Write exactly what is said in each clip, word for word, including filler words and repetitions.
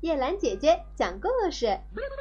叶兰姐姐讲故事。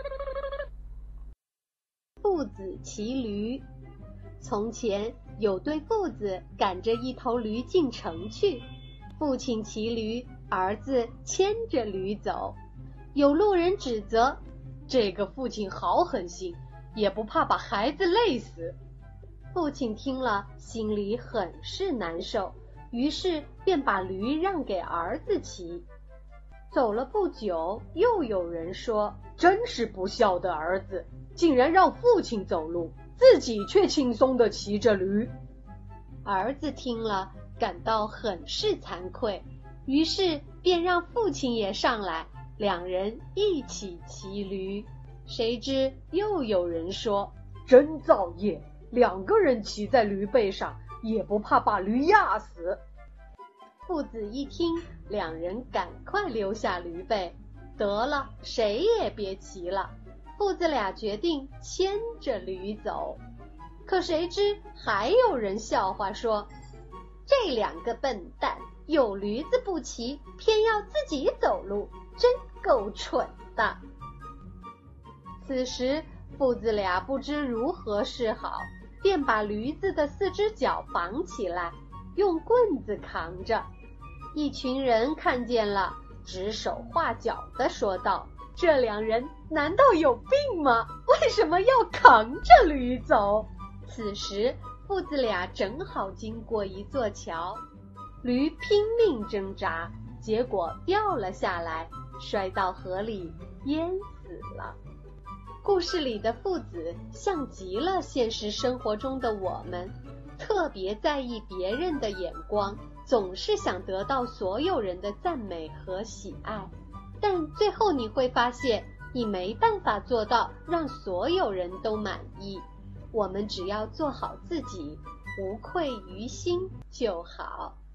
父子骑驴。从前有对父子赶着一头驴进城去，父亲骑驴，儿子牵着驴走。有路人指责， 这个父亲好狠心，也不怕把孩子累死。 父亲听了，心里很是难受，于是便把驴让给儿子骑。走了不久，又有人说， 真是不孝的儿子，竟然让父亲走路，自己却轻松地骑着驴。 儿子听了，感到很是惭愧，于是便让父亲也上来，两人一起骑驴。谁知又有人说， 真造业，两个人骑在驴背上，也不怕把驴压死。 父子一听，两人赶快溜下驴背，得了，谁也别骑了。父子俩决定牵着驴走。可谁知还有人笑话说，这两个笨蛋，有驴子不骑，偏要自己走路，真够蠢的。此时父子俩不知如何是好，便把驴子的四只脚绑起来，用棍子扛着。一群人看见了，指手画脚地说道，这两人难道有病吗？为什么要扛着驴走？此时父子俩正好经过一座桥，驴拼命挣扎，结果掉了下来，摔到河里淹死了。故事里的父子像极了现实生活中的我们，特别在意别人的眼光，总是想得到所有人的赞美和喜爱，但最后你会发现，你没办法做到让所有人都满意。我们只要做好自己，无愧于心就好。